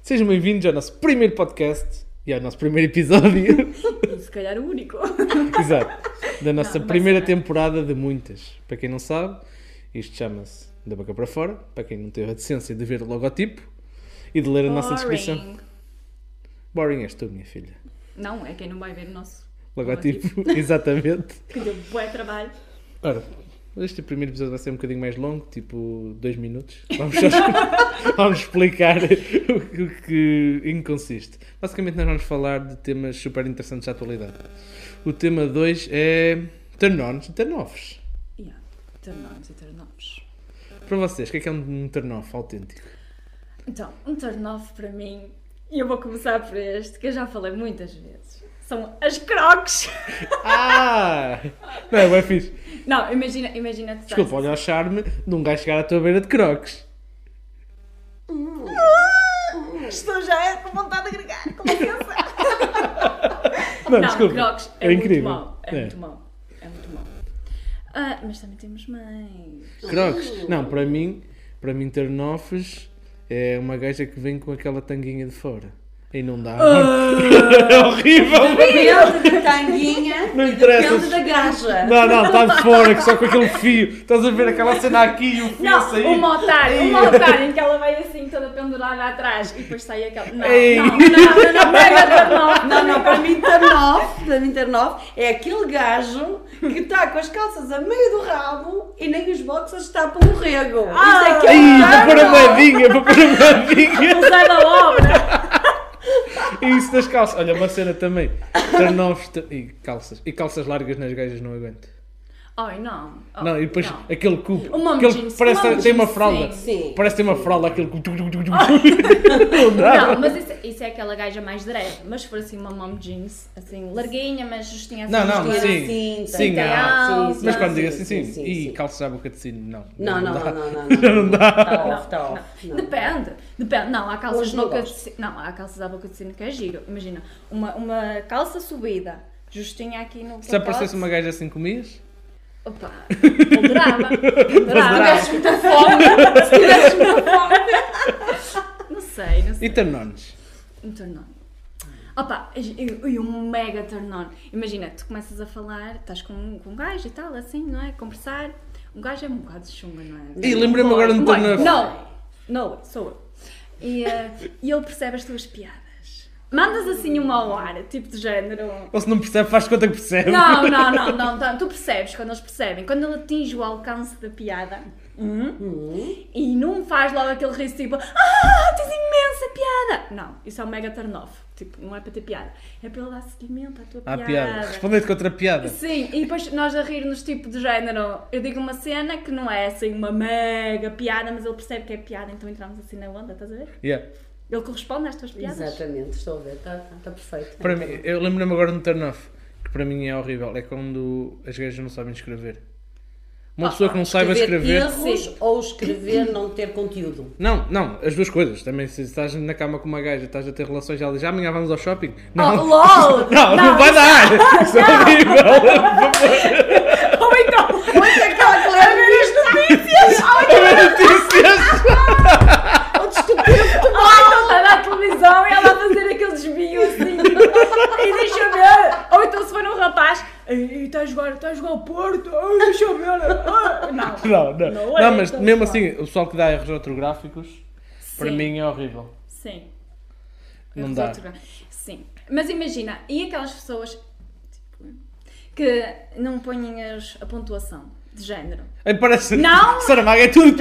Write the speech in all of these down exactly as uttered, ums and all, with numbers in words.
Sejam bem-vindos ao nosso primeiro podcast e ao nosso primeiro episódio. E se calhar o único. Exato. Da nossa Não, primeira vai ser, temporada de muitas. Para quem não sabe, isto chama-se Da Boca para Fora. Para quem não teve a decência de ver o logotipo e de ler a nossa descrição. Boring. Boring és tu, minha filha. Não, é quem não vai ver o nosso Logotipo, exatamente. Que deu bué trabalho. Ora, este primeiro episódio vai ser um bocadinho mais longo, tipo dois minutos. Vamos, só, vamos explicar o, o que em que consiste. Basicamente nós vamos falar de temas super interessantes da atualidade. O tema dois é turn-ons e turn-offs. Yeah, turn-ons e turn-offs. Para vocês, o que é que é um turn-off autêntico? Então, um turn-off para mim, e eu vou começar por este, que eu já falei muitas vezes, são as crocs. Ah! Não é bem fixe. Não, imagina, imagina... Tu Desculpa, olha o charme de um gajo chegar à tua beira de crocs. Estou já com vontade de agregar, com licença. Não, Não, desculpa. crocs é, É muito incrível. mau. É, É. muito mau. É muito mau. Ah, mas também temos mais. Crocs? Não, para mim, para mim turn-offs é uma gaja que vem com aquela tanguinha de fora. E não dá. É horrível. Depende da tanguinha Não e interessa. depende da gaja. Não, não, está de fora, que só com aquele fio. Estás a ver aquela cena aqui e o fio a Não, sair. o motar, o motar em que ela vai assim toda pendurada atrás e depois sai aquela. Não, Ei. não, não, não, não, mega turn-off. Não, não, para mim turn off, para mim turn off é aquele gajo que está com as calças a meio do rabo e nem os boxers está pelo rego. Ah. Isso é que é Ai, um para pôr a turn off. moedinha, para pôr a moedinha. O Zé da obra. E isso das calças. Olha, uma cena também. Turn-offs t- e calças. E calças largas nas gajas não aguento. Ai, não. Oh, Não, e depois não. aquele cubo. O mom aquele jeans, que parece o mom que tem uma jeans, fralda. sim. Parece que tem uma fralda, aquele cubo. Não dá. Não, mas isso, isso é aquela gaja mais dread. Mas se for assim uma mom jeans, assim, larguinha, mas justinha assim. Não, não, justinha sim. Sim, Sim, tem há. alto, Sim, Mas sim, quando sim, digo assim, sim. sim, E sim. calças à boca de sino, não. Não, não, dá. não, não, não. Já não dá. Está Não, off, está não. off. Não. Depende, depende. Não, há calças Hoje de não boca de gosto. sino. Não, há calças à boca de sino que é giro. Imagina, uma, uma calça subida, justinha aqui no Se aparecesse uma gaja assim, comias? Opa, ponderava. Ponderava. Se tivesse muita fome, se tivesse muita fome. Não sei, não sei. E turn-ons? Um turn on. Opa, e e um mega turn on. Imagina, tu começas a falar, estás com, com um gajo e tal, assim, não é? Conversar. Um gajo é um bocado chunga, não é? E lembrei-me agora de um Boy, turn-off. Não, não, sou eu. E, eh, e ele percebe as tuas piadas. Mandas assim uma ao ar, tipo de género. Ou se não percebe, faz conta que percebe. Não, não, não, não, não. Tu percebes quando eles percebem. Quando ele atinge o alcance da piada hum, e não faz logo aquele riso tipo ah, tens imensa piada. Não, isso é um mega turn off. Tipo, não é para ter piada. É para ele dar seguimento à tua Há piada. piada. Respondei-te com outra piada. Sim, e depois nós a rir-nos tipo de género. Eu digo uma cena que não é assim uma mega piada, mas ele percebe que é piada, então entramos assim na onda, estás a ver? Yeah. Ele corresponde às tuas piadas. Exatamente, estou a ver, está tá perfeito. Para mim, eu lembro-me agora de um turn-off, que para mim é horrível. É quando as gajas não sabem escrever. Uma Ah, pessoa que não saiba escrever... erros Sim. ou escrever não ter conteúdo. Não, não, as duas coisas. Também se estás na cama com uma gaja, estás a ter relações e ela diz, "Ah, amanhã vamos ao shopping." Oh, Não, LOL! não, não, vai dar! Isso é horrível! Ou então, Olha aquela que leva as notícias! Notícias! Ou discutir ou então está na televisão e ela a fazer aquele desvio assim. E deixa eu ver. Ou então se for um rapaz, "Ei, está a jogar, está a jogar o Porto, ai, deixa eu ver." Ah, Não. Não, não. Não é, Não, mas então, mesmo claro. assim, o pessoal que dá erros ortográficos, para Sim. mim é horrível. Sim. Não Eu dá. resolvo trocar. Sim. Mas imagina, e aquelas pessoas tipo, que não põem as- a pontuação de género? Aí parece... Não! Saramago é tudo...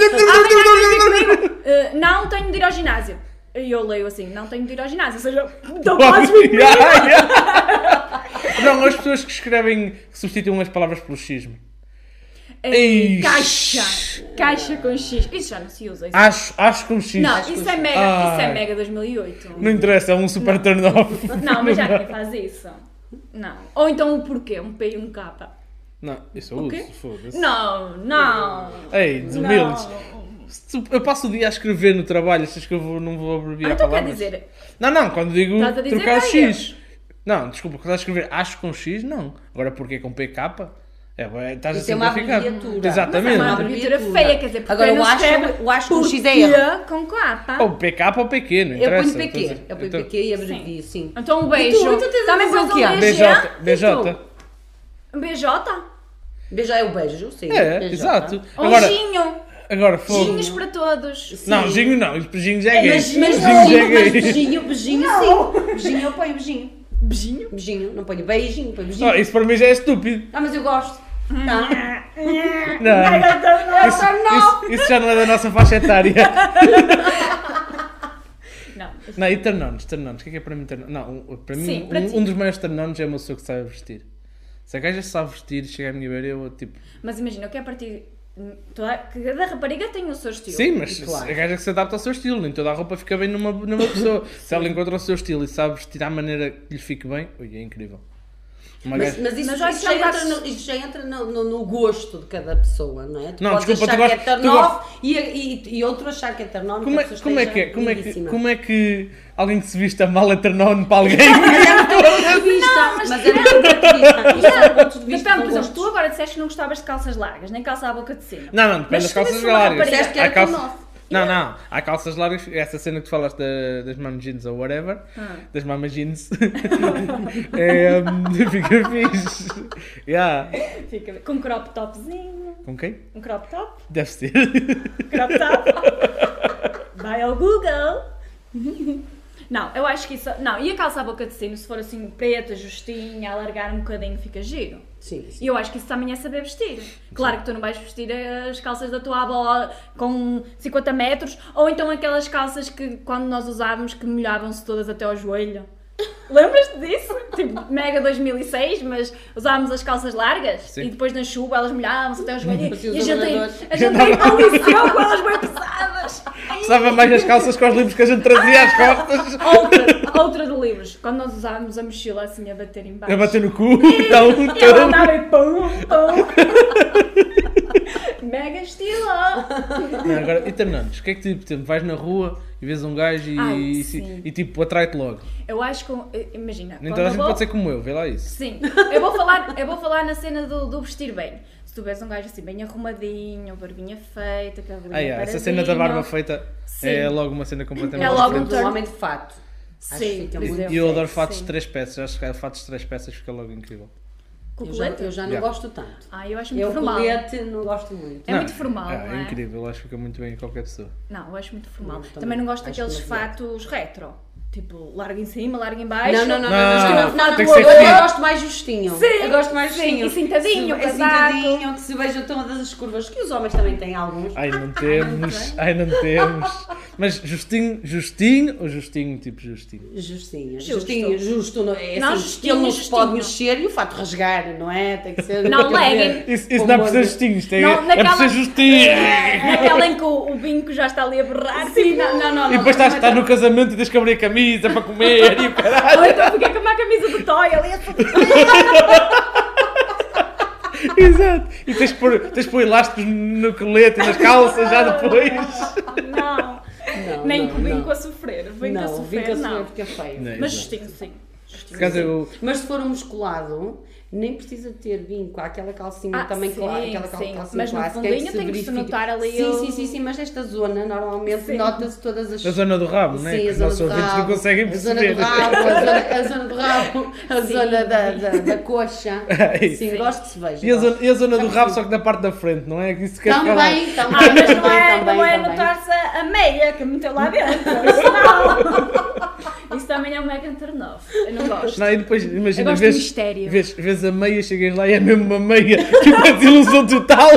Uh, não tenho de ir ao ginásio. E eu leio assim, não tenho de ir ao ginásio. Ou seja, então quase vinte mil. Yeah, yeah. Não, as pessoas que escrevem, que substituem as palavras pelo xismo. Ei, Caixa. Caixa com X. Isso já não se usa. Isso. Acho, acho com X. Não, isso é mega, isso é Ai. mega dois mil e oito. Não interessa, é um super turn-off. Não, mas já ninguém faz isso. Não. Ou então o porquê, um P e um K. Não, isso eu O quê? uso, foda-se. Não, não. Ei, desumildes. Não. Se tu- Eu passo o dia a escrever no trabalho, achas que eu vou- não vou abreviar Ah, então quer palavras? dizer, Não, não, quando digo Estás a dizer trocar o bem, X. Não, desculpa, quando estás a escrever acho com X, não. Agora porque com P K? É, bem, estás a Isso é uma simplificar. abreviatura. Exatamente. Mas é uma Mas abreviatura abreviatura. feia, quer dizer, porque Agora, não eu acho- escreve eu acho que o por X é Q erro. com K. Ou P K ou P Q, não Eu interessa. ponho P Q, Então, eu ponho então, P Q e abrevio, sim. Então um E beijo. tu? E tu tens a Também dizer pões o quê? um B J. B J. Um B J? Beijo é o beijo, sim. É, beijo. exato. Um Agora, ginho. agora fogo. Ginhos para todos. Sim. Não, ginho não, os beijinhos é gay. Mas, mas, Beijinhos é beijinho, mas gay. beijinho, beijinho, sim. Beijinho eu ponho beijinho. Beijinho? Beijinho, não ponho beijinho, ponho beijinho. Oh, isso para mim já é estúpido. Ah, mas eu gosto. Tá. Não, isso, isso, isso já não é da nossa faixa etária. Não. Não, e turn-ons, turn-ons, o que é que é para mim turn-on? Não, um- para mim, Sim, para um, ti. um dos maiores turn-ons é uma pessoa que sabe vestir. Se a gaja sabe vestir e chega a minha beira, eu tipo... Mas imagina, eu quero partir. Toda, cada rapariga tem o seu estilo. Sim, mas Claro. a gaja que se adapta ao seu estilo, nem toda a roupa fica bem numa, numa pessoa. Se ela encontra o seu estilo e sabe vestir à maneira que lhe fique bem, ui, é incrível. Uma Mas, gaja... mas isso, Mas acho isso que já já entra, vais- no, isso já entra no, no- no gosto de cada pessoa, não é? Tu Não, podes desculpa, achar tu que é gostas- turn tu off e, e, e outro achar que é turn on. Como é, que a pessoa como, é que é, esteja como, é que, lindíssima. como é que alguém que se vista mal é turn-on para alguém? Mas é do ponto de vista, mas mas é do ponto de vista. Isto é do ponto de vista Depende, por do exemplo, tu gosto. agora disseste que não gostavas de calças largas, nem calça à boca de cima. Não, não, depende Mas das se calças tivesse uma largas. rapariga- Disseste que Há era calça- turn off. Não, não, há calças largas, essa cena que tu falaste da- das mama jeans ou whatever, Ah. das mama jeans, é, um, fica fixe. Yeah. Fica com um crop topzinho. Com quem? Um crop top. Deve ser. Crop top. Vai ao Google. Não, eu acho que isso. Não, e a calça à boca de sino, se for assim preta, justinha, alargar um bocadinho, fica giro. Sim, sim. E eu acho que isso também é saber vestir. Claro que tu não vais vestir as calças da tua avó com cinquenta metros, ou então aquelas calças que quando nós usávamos que molhavam-se todas até ao joelho. Lembras-te disso? Tipo, mega dois mil e seis, mas usávamos as calças largas Sim. e depois na chuva elas molhavam-se até ao joelho Parecia os e a gente, governadores. a gente ia para o liceu com elas bem pesadas. Precisava mais as calças com os livros que a gente trazia às costas. Outra, outra de livros, quando nós usávamos a mochila assim a bater em baixo. A bater no cu. Então, E ela andava e pum, pum. Mega estilo! Não, agora, e terminamos. O que é que tipo, tipo, vais na rua e vês um gajo e, Ai, e, sim. e, tipo atrai-te logo? Eu acho que, imagina, Nem quando toda a eu gente vou- pode ser como eu, vê lá isso. Sim, eu vou falar, eu vou falar na cena do, do vestir bem. Se tu vês um gajo assim bem arrumadinho, barbinha feita, cabelinho Ah, yeah, essa cena da barba feita Sim. é logo uma cena completamente É logo um diferente. Do turn- homem de fato. Acho que Sim, fica por muito exemplo. E eu sexy. adoro fatos Sim. de três peças, acho que fatos de três peças fica logo incrível. Eu já, Colete? eu já não Yeah. gosto tanto. Ah, eu acho muito Eu formal. colete não gosto muito. É muito formal, é, não é? incrível, acho que fica muito bem em qualquer pessoa. Não, eu acho muito formal. Não, também. também. não gosto Acho daqueles demasiado. fatos retro. Tipo, largo em cima, largo em baixo. Não, não, não, não, Não, não, não, não, tem não, que eu, ser eu fino. gosto mais justinho. Sim, eu gosto mais sim, justinho. e cintadinho, Se- é casaco. cintadinho, que se vejam todas as curvas, que os homens também têm alguns. Ai, não temos, ai, não temos. Mas justinho, justinho ou justinho, tipo justinho? Justinho, Justo. justinho, justo. Não, é Não, assim, justinho, ele não se pode justinho. mexer e o fato rasgar, não é? Tem que ser. Não, quer legging. dizer, Isso, isso como não é por ser olho. justinho, isto é, Não, é por naquela- ser justinho. Naquela em que o, o vinco já está ali a berrar. Sim, tipo, não, não, não. E depois não, estás, estás no casamento e tens que abrir a camisa para comer e o caralho. Ou então fiquei com uma camisa de toy ali a Exato. E tens que pôr, tens que pôr elásticos no colete e nas calças já depois. Não, Não, nem não, com o vinco não. a sofrer. Vinco a Não, sofrer, vinco a não. sofrer porque é feio. Não, Mas exato. justinho, sim. Justinho, Por acaso sim. eu. Mas se for um musculado, nem precisa ter vinco. Há aquela calcinha Ah, também sim, clara, aquela cal- sim. calcinha Mas no clássica fundinho que se tem que se verifica. notar ali Sim, o- sim, sim, sim, mas esta zona normalmente Sim. nota-se todas as... A zona do rabo, não é? Sim, Que a os zona nossos do ouvintes não rabo, conseguem a zona perceber. do rabo, a zona, a zona do rabo, a Sim. zona da, da, da coxa. Ai, Sim, sim. gosto que se veja. E a gosto. zona, e a zona do Já rabo, percebi. só que na parte da frente, não é? Que isso quer ficar lá. Também, também, Ah, mas não também, é, também, não é também. notar-se a meia que meteu lá dentro. Isso não. Isso também é um mega turn off. Eu não gosto. Não, e depois, imagina, Eu gosto vês, do mistério. vês, vês a meia, chegas lá e é mesmo uma meia, tipo uma desilusão total.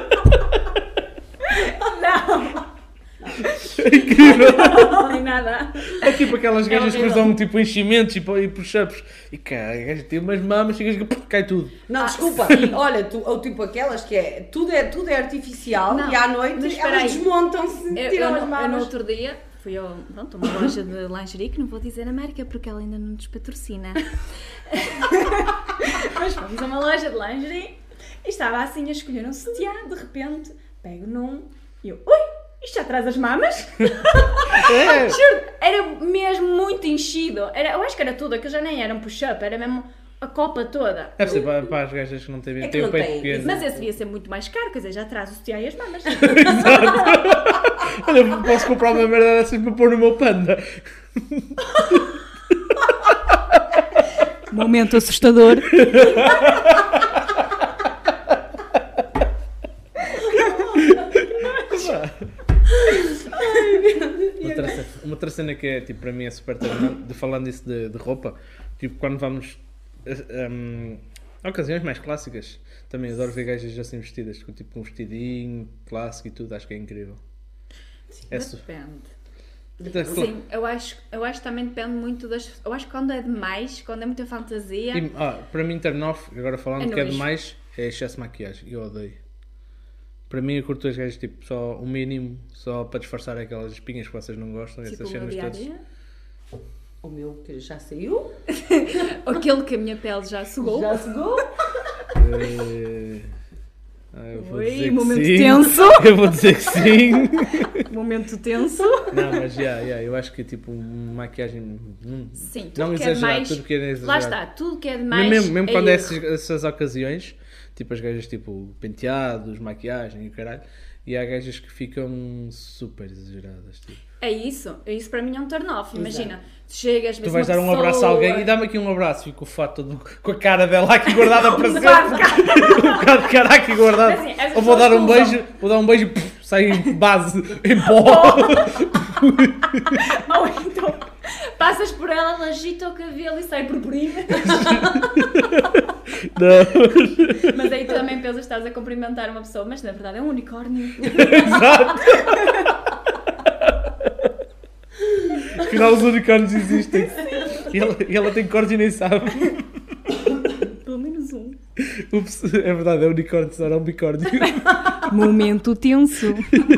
Não, É incrível. não tem nada. É tipo aquelas É gajas que horrível. usam tipo enchimentos e, pu- e push-ups. E cara, a gaja tem umas mamas, chegas e puf, cai tudo. Não, Ah, desculpa, sim. olha, tu, ou tipo aquelas que é tudo, é, tudo é artificial Não, e à mas noite espera elas aí. desmontam-se, Eu, eu, tiram no- as eu no mamas. outro dia fui a pronto, uma loja de lingerie, que não vou dizer a marca porque ela ainda não nos patrocina. Mas fomos a uma loja de lingerie e estava assim a escolher um sutiã, de repente pego num e eu, ui, isto já traz as mamas? É. Juro, era mesmo muito enchido. Era, eu acho que era tudo, aquilo já nem era um push-up, era mesmo a copa toda. Deve ser para, para as gajas que não têm, É que têm o não peito têm. pequeno. Mas esse devia ser muito mais caro, quer dizer, já traz o sutiã e as mamas. Olha, eu posso comprar uma merda dessas para pôr no meu panda. Momento assustador. Outra cena, uma outra cena que é, tipo, para mim é super terminante, de falando isso de, de roupa, tipo, quando vamos um, a ocasiões mais clássicas, também adoro ver gajas assim vestidas, com tipo um vestidinho clássico e tudo, acho que é incrível. É su- Depende. Então, Sim, eu acho, eu acho que também depende muito das... Eu acho que quando é demais, quando é muita fantasia... e, ah, para mim, turn off, agora falando É que é nojo. demais, é excesso de maquiagem, eu odeio. Para mim, eu curto as gajas, tipo, só o mínimo, só para disfarçar aquelas espinhas que vocês não gostam, Tipo essas o meu cenas dia a todas. dia. O meu que já saiu. Aquele que a minha pele já sugou. Já chegou. Eh, ah, eu vou Oi, dizer que momento sim. tenso. Eu vou dizer que sim. Momento tenso. Não, mas já, já, eu acho que tipo maquiagem. Não, Sim, tudo não que é exagerar, demais... tudo que é exagerado. Lá está, tudo que é demais Mesmo, mesmo é quando é erro. essas, essas ocasiões, tipo as gajas tipo penteados, maquiagem e o caralho, e há gajas que ficam super exageradas. Tipo. É isso, é isso para mim é um turn off. Imagina, tu chegas, Tu vês vais uma dar um abraço a pessoa- alguém e dá-me aqui um abraço, fico o fato todo com a cara dela aqui guardada para sempre. Vai ficar- Um bocado de cara aqui guardado. Assim, essas Ou vou dar um pessoas beijo, vou dar um beijo e puf, sai base em pó. Ou então passas por ela, ela agita o cabelo e sai purpurina. Não. Mas aí tu também pensas que estás a cumprimentar uma pessoa, mas na verdade é um unicórnio. Exato. Afinal, os unicórnios existem. E ela, e ela tem cortes e nem sabe. Pelo menos um. Ups, é verdade, é unicórnio, só era um bicórnio. Momento tenso.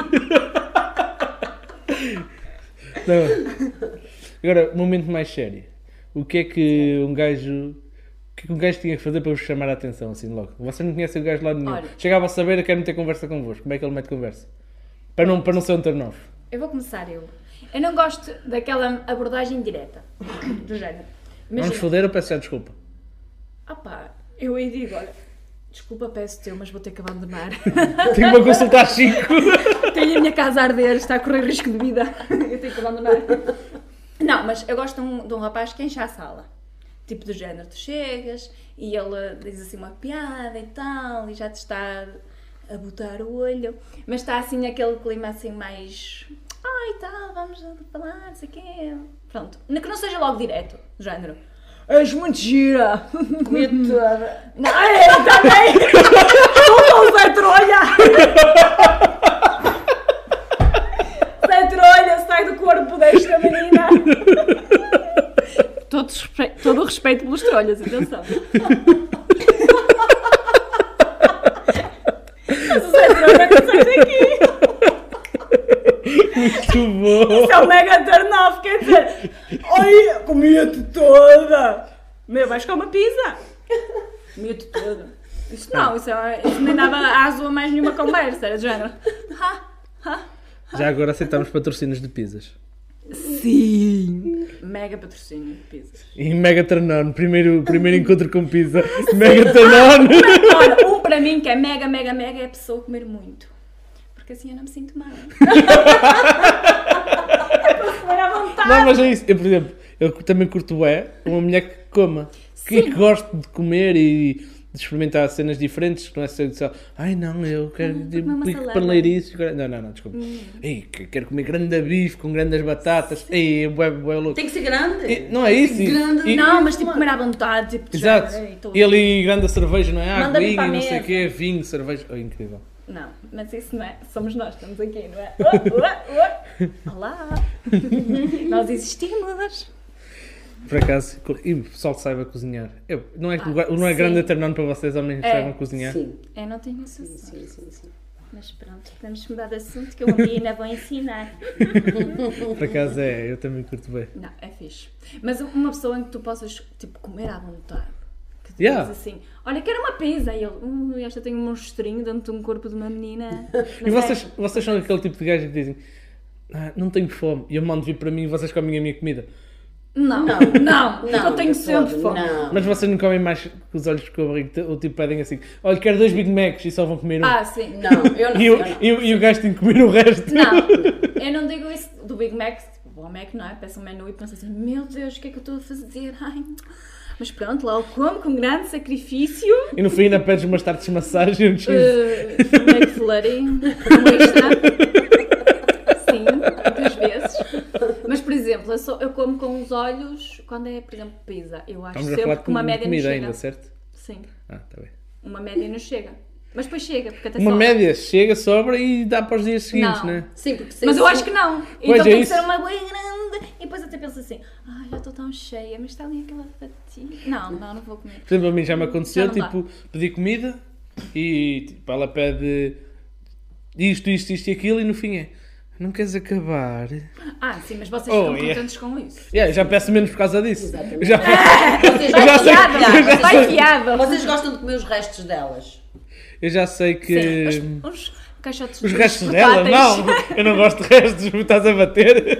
Não. Agora, um momento mais sério. O que é que um gajo. O que é que um gajo tinha que fazer para vos chamar a atenção, assim logo? Você não conhece o gajo lá nenhum. Olha. Chegava a saber, eu quero meter conversa convosco. Como é que ele mete conversa? Para não, para não ser um turn off. Eu vou começar eu. Eu não gosto daquela abordagem direta. Do género. Vamos Imagina. foder ou peço já desculpa? Opá, eu aí digo, olha, desculpa, peço teu, mas vou ter que abandonar. Tenho uma consulta às cinco. Tenho a minha casa a arder, está a correr risco de vida. Eu tenho que abandonar. Não, mas eu gosto de um, de um rapaz que enche a sala. Tipo do género, tu chegas e ele diz assim uma piada e tal, e já te está a botar o olho, mas está assim aquele clima assim mais... Ai, tal, vamos falar, não sei o quê. Pronto. Que não seja logo direto, do género. És muito gira. Comigo toda. Não, é, também. Como o Zé Trolha. Zé Trolha, sai do corpo desta menina. Todo, respe... Todo o respeito pelos trolhas, atenção. Mas o Zé Trolha não sai daqui. Muito bom. Isso é um mega turn off, quer dizer, ai, comia-te toda. Meu, vais com uma pizza. Comia-te toda. Isso não, isso, é, isso nem dava aso a mais nenhuma conversa, era de género. Ha, ha. Já agora aceitamos patrocínios de pizzas. Sim. Mega patrocínio de pizzas. E Mega Turn-On, primeiro, primeiro encontro com pizza. Mega Turn-On. Olha, um para mim que é mega, mega, mega é a pessoa comer muito. Porque assim eu não me sinto mal. É para comer à vontade. Não, mas é isso. Eu, por exemplo, eu também curto é uma mulher que coma. Que, que goste de comer e de experimentar cenas diferentes. Que não é ser só, ai não, eu quero Hum, tipo, comer uma pico salada." paneleiriço. Não, não, não, desculpa. Ei, que- quero comer grande bife com grandes batatas. Ei, bué, bué louco. Tem que ser grande. E- não é isso. e- Grande. e- Não, mas tipo comer à vontade. Tipo, de Exato. género, "Ei, tô- E ali grande cerveja, não é? Manda vir Aguinha, para a não sei o mesa. quê, vinho, cerveja. Oh, incrível. Não, mas isso não é. Somos nós, estamos aqui, não é? Oh, oh, oh. Olá! Nós existimos! Por acaso, e o pessoal que saiba cozinhar. Eu, não é, que Ah, não é grande sim. determinante para vocês, homens que É. saibam cozinhar. Sim, Eu não tenho isso. sim, sim, sim, sim. Mas pronto, podemos mudar de assunto que eu um dia ainda vou ensinar. Por acaso é, eu também curto bem. Não, é fixe. Mas uma pessoa em que tu possas, tipo, comer à vontade. Que tu Yeah. dizes assim, olha, quero uma pizza. E ele, hum, esta tem um monstrinho dentro de um corpo de uma menina. E Mas vocês, é- vocês são aquele tipo de gajo que dizem, ah, não tenho fome, e eu mando vir para mim e vocês comem a minha comida. Não, Não. não, Não, eu tenho de sempre todo, fome. Não. Mas vocês não comem mais que os olhos com a barriga, ou tipo pedem assim, olha, quero dois Big Macs e só vão comer um. Ah, sim. Não, eu não. e, eu o, não. e, o, e o gajo tem que comer o resto. Não, eu não digo isso do Big Mac, tipo, bom Mac, não é? Peço um menu e penso assim, meu Deus, o que é que eu estou a fazer? Ai. Mas pronto, lá eu como com grande sacrifício. E no fim ainda pedes umas tartes de massagem e um cheese. Uh, McFlurry, um extra. Sim, muitas vezes. Mas, por exemplo, eu, só, eu como com os olhos quando é, por exemplo, pizza. Eu acho Estamos a falar sempre que uma de média não comida chega. ainda, certo? Sim, Ah, está bem. uma média não chega. Mas depois chega, porque até Uma só... média chega, sobra e dá para os dias seguintes, Não. não é? Sim, porque sem Mas eu sumo- acho que não. Pois Então é tem que isso. ser uma bem grande. E depois até penso assim, ai, já estou tão cheia, mas está ali aquela fatia. Não, não, não vou comer. Por exemplo, a mim já me aconteceu, Já não dá. tipo, pedir comida e tipo, ela pede isto, isto, isto e aquilo e no fim é, não queres acabar? Ah, sim, mas vocês Oh, ficam yeah. contentes com isso. Yeah, já peço menos por causa disso. Exatamente. Já, Vocês, Vai já sei- fiado, eu já vai sei- fiado. vocês gostam de comer os restos delas? eu já sei que... Sim, os, os caixotes Os de restos dela? portáteis. Não! Eu não gosto de restos, me estás a bater.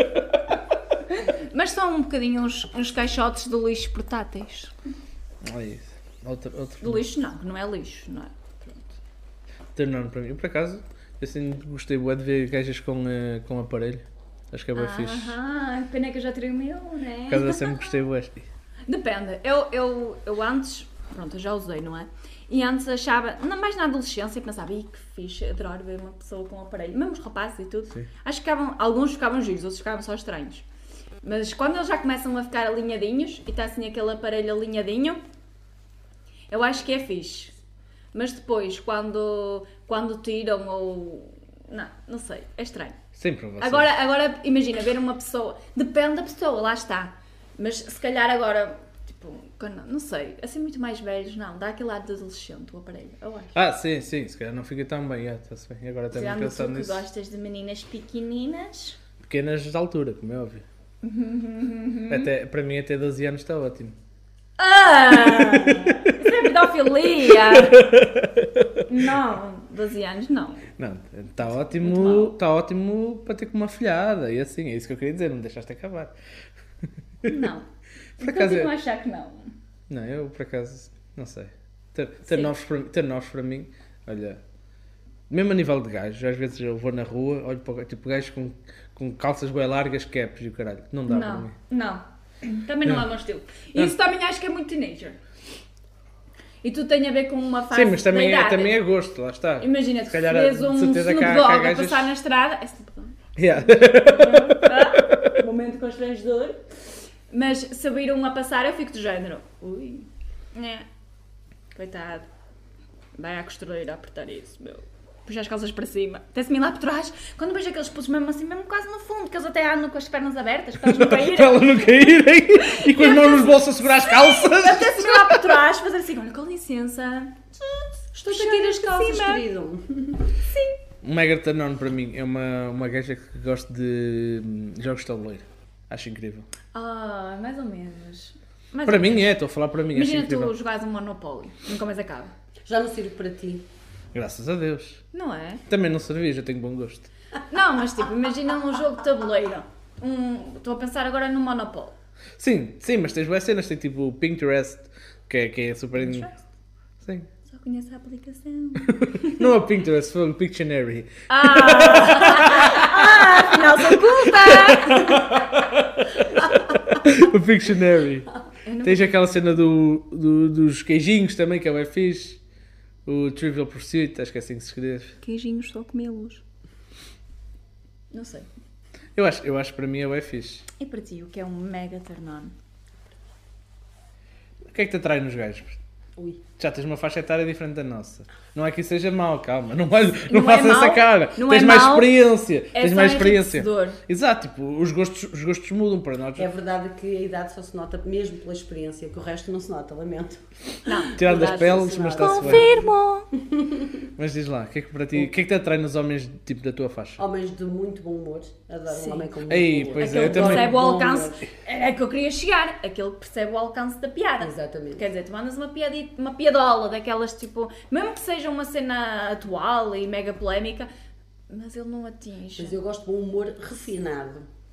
Mas são um bocadinho uns, uns caixotes de lixo portáteis. Olha isso. Outro, De outro lixo não, que não é lixo, não é? turn on para mim. Eu, por acaso, eu assim, gostei bué de ver gajas com, eh, com aparelho. Acho que é bem fixe. Ah, pena que eu já tirei o meu, né? Por acaso eu sempre gostei bué. Depende. Eu, eu, eu antes, pronto, eu já usei, não é? E antes achava, não, mais na adolescência, pensava, ih, que fixe, adoro ver uma pessoa com um aparelho. Mesmo os rapazes e tudo. Sim. Acho que ficavam, alguns ficavam giros, outros ficavam só estranhos. Mas quando eles já começam a ficar alinhadinhos, e está assim aquele aparelho alinhadinho, eu acho que é fixe. Mas depois, quando, quando tiram ou... Não, não sei, é estranho. Sempre para vocês. Agora, agora, imagina, ver uma pessoa, depende da pessoa, lá está. Mas se calhar agora, tipo, quando- não sei, assim muito mais velhos, não, dá aquele lado de adolescente o aparelho, eu acho. Ah, sim, sim. Se calhar não fica tão bem. Ah, está-se bem. Agora também Tirando tu pensando que nisso. gostas de meninas pequeninas. Pequenas de altura, como é óbvio. Até, para mim até doze anos está ótimo. Ah! Isso é pedofilia! Não, doze anos não. Não, está Muito ótimo, mal. está ótimo para ter com uma filhada e assim, é isso que eu queria dizer, não me deixaste acabar. Não. Por acaso Continuo é- a achar que não. Não, eu por acaso, não sei. Ter, ter, Sim. novos para, ter novos para mim, olha, mesmo a nível de gajos, às vezes eu vou na rua, olho para o- tipo gajos com, com calças bem largas, caps e o caralho, não dá para Não, mim. não. Também não, Não. é o meu estilo. Não. Isso também acho que é muito teenager. E tudo tem a ver com uma fase Sim, mas também da é, idade. também é gosto, lá está. Imagina, Se tu calhar, vês de um certeza Snoop que há- Dogg que há a gajas- passar na estrada. É Snoop Dogg. Yeah. Ah, momento constrangedor. Mas se vir um a passar, eu fico do género. Ui. É. Coitado. Vai à costureira apertar isso, meu. Puxar as calças para cima. Até-se-me lá por trás. Quando vejo aqueles pulsos mesmo assim, mesmo quase no fundo, que eles até andam com as pernas abertas para eles não caírem. Para elas não caírem e com as mãos nos bolsos a segurar as calças. Até-se-me lá por trás, fazer assim, olha, com licença. Estou a Puxar tirar as de calças, cima. querido. Um mega turn on para mim é uma, uma gaja que gosta de hum, jogos de tabuleiro. Acho incrível. Ah, mais ou menos. Mais Para ou mim menos. é, estou a falar para mim, acho Imagina incrível. tu jogares um Monopoly, nunca mais acaba. Já não sirvo para ti. Graças a Deus. Não é? Também não servi, já tenho bom gosto. Não, mas tipo, imagina um jogo de tabuleiro. Um, estou a pensar agora no Monopoly. Sim, sim, mas tens boas cenas, tem tipo o Pinterest, que é, que é super... in- Pinterest? Sim. Só conheço a aplicação. Não é o Pinterest, foi o Pictionary. Ah! Ah, afinal sou culta! O Pictionary. Eu não- Tens aquela cena do, do- dos queijinhos também, que é bem fixe. O Trivial Pursuit, acho que é assim que se escreve. Queijinhos só comê-los. Não sei. Eu acho, eu acho que para mim é bem fixe. E para ti, o que é um mega turn-on? O que é que te atrai nos gajos? Ui. Já tens uma faixa etária diferente da nossa. Não é que isso seja mau, calma. Não, vai, não, Não é faças essa mau, cara. não Tens é mais mau, experiência. É tens só mais experiência. enriquecedor. Exato, tipo, os gostos, os gostos mudam para nós. É verdade que a idade só se nota mesmo pela experiência, que o resto não se nota, lamento. Não. Tirando as verdade, peles, sim, mas senhora. está-se bem. Confirmo! Mas diz lá, o que é que para ti, o que é que te atrai nos homens tipo da tua faixa? Homens de muito bom humor. Adoro Sim. um homem com muito Ei, bom humor. pois é, Aquele eu que também. percebe o Bom alcance. humor. É que eu queria chegar. Aquele que percebe o alcance da piada. Exatamente. Quer dizer, tu mandas uma, piadita, uma piadola daquelas tipo. Mesmo que seja uma cena atual e mega polémica, mas ele não atinge. Mas eu gosto de um humor refinado.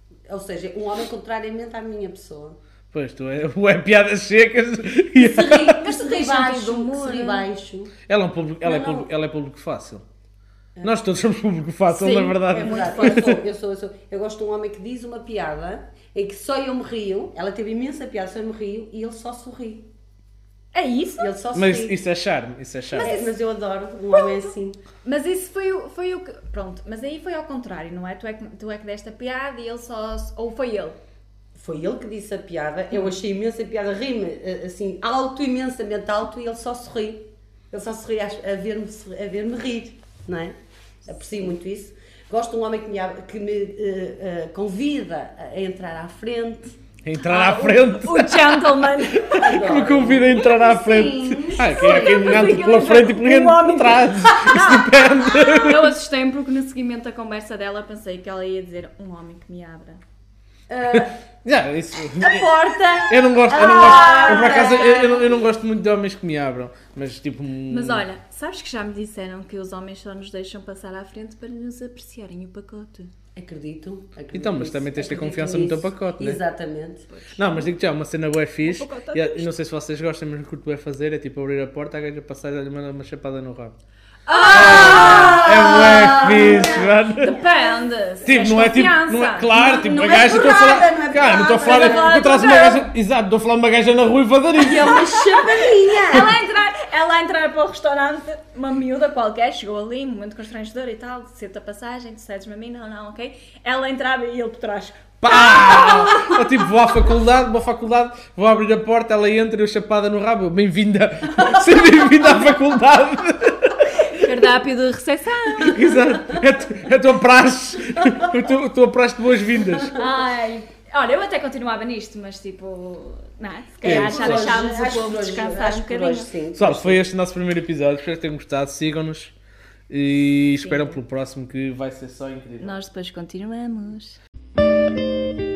Ou seja, um homem contrariamente à minha pessoa. Pois, tu é, o é piadas secas. e- Se ri, mas se ri Tens baixo, sentido de humor, se ri né? baixo. Ela é, um público, ela, é Não, não. público, ela é público fácil. Nós todos somos público fácil, Sim, na verdade. É muito verdade, eu sou, eu sou, eu sou. Eu gosto de um homem que diz uma piada em que só eu me rio, ela teve imensa piada, só eu me rio e ele só sorri. É isso? Ele só Mas sorri. isso é charme, isso é charme. É, mas eu adoro um homem assim. Mas isso foi o, foi o que. Pronto, mas aí foi ao contrário, não é? Tu é que, tu é que deste a piada e ele só. Ou foi ele? Foi ele que disse a piada, eu achei imensa piada, ri-me assim, alto, imensamente alto, e ele só sorri. Ele só sorri a, a ver-me a ver-me rir, não é? Aprecio muito isso. Gosto de um homem que me, ab- que me eh, eh, convida a entrar à frente. Entrar à frente. O gentleman. Que me convida a entrar à frente. Ah, quem é quem me Mas entra aquilo pela é frente e por um homem por trás. Isso depende. Eu assustei-me porque no seguimento da conversa dela pensei que ela ia dizer um homem que me abra. Já, isso. A porta! Eu não gosto, eu não gosto. Eu por acaso eu, eu não, eu não gosto muito de homens que me abram. Mas tipo. Mas olha, sabes que já me disseram que os homens só nos deixam passar à frente para nos apreciarem o pacote? Acredito, acredito Então, mas nisso, também tens de ter acredito confiança no teu nisso. pacote, né? Exatamente. Não, mas digo-te já, uma cena bué fixe. O pacote tá E, triste. e não sei se vocês gostam, mas o que curto bué fazer é tipo abrir a porta, a gaja passar e lhe mandar uma chapada no rabo. Ah! É bué fixe, mano. Depende! se Tipo, tens não é tipo, confiança. não é, claro, tipo, não a é gaja, estou a falar, porrada, não é cara, não estou a porrada. falar, Estás a falar encontras do uma teu. gaja, exato, estou a falar de uma gaja na rua e fadaria. E é uma chapadinha! Ela a entrar, ela a entrar para o restaurante, uma miúda qualquer, chegou ali, um momento constrangedor e tal, senta a passagem, tu cedes-me a mim, não, não, ok? Ela entrava e ele por trás. Pá! Eu, tipo, vou à faculdade, vou à faculdade, vou abrir a porta, ela entra e eu chapada no rabo, eu, bem-vinda, seja bem-vinda à faculdade. Cardápio de recepção. Exato, é, tu, é a tua praxe, a tua, a tua praxe de boas-vindas. Ai, olha, eu até continuava nisto, mas tipo, não é? Se calhar É, já hoje- deixámos o Acho que povo hoje- descansar acho um que bocadinho. hoje sim. Pessoal, foi este o nosso primeiro episódio, espero que tenham gostado, sigam-nos e esperam pelo próximo que vai ser só incrível. Nós depois continuamos.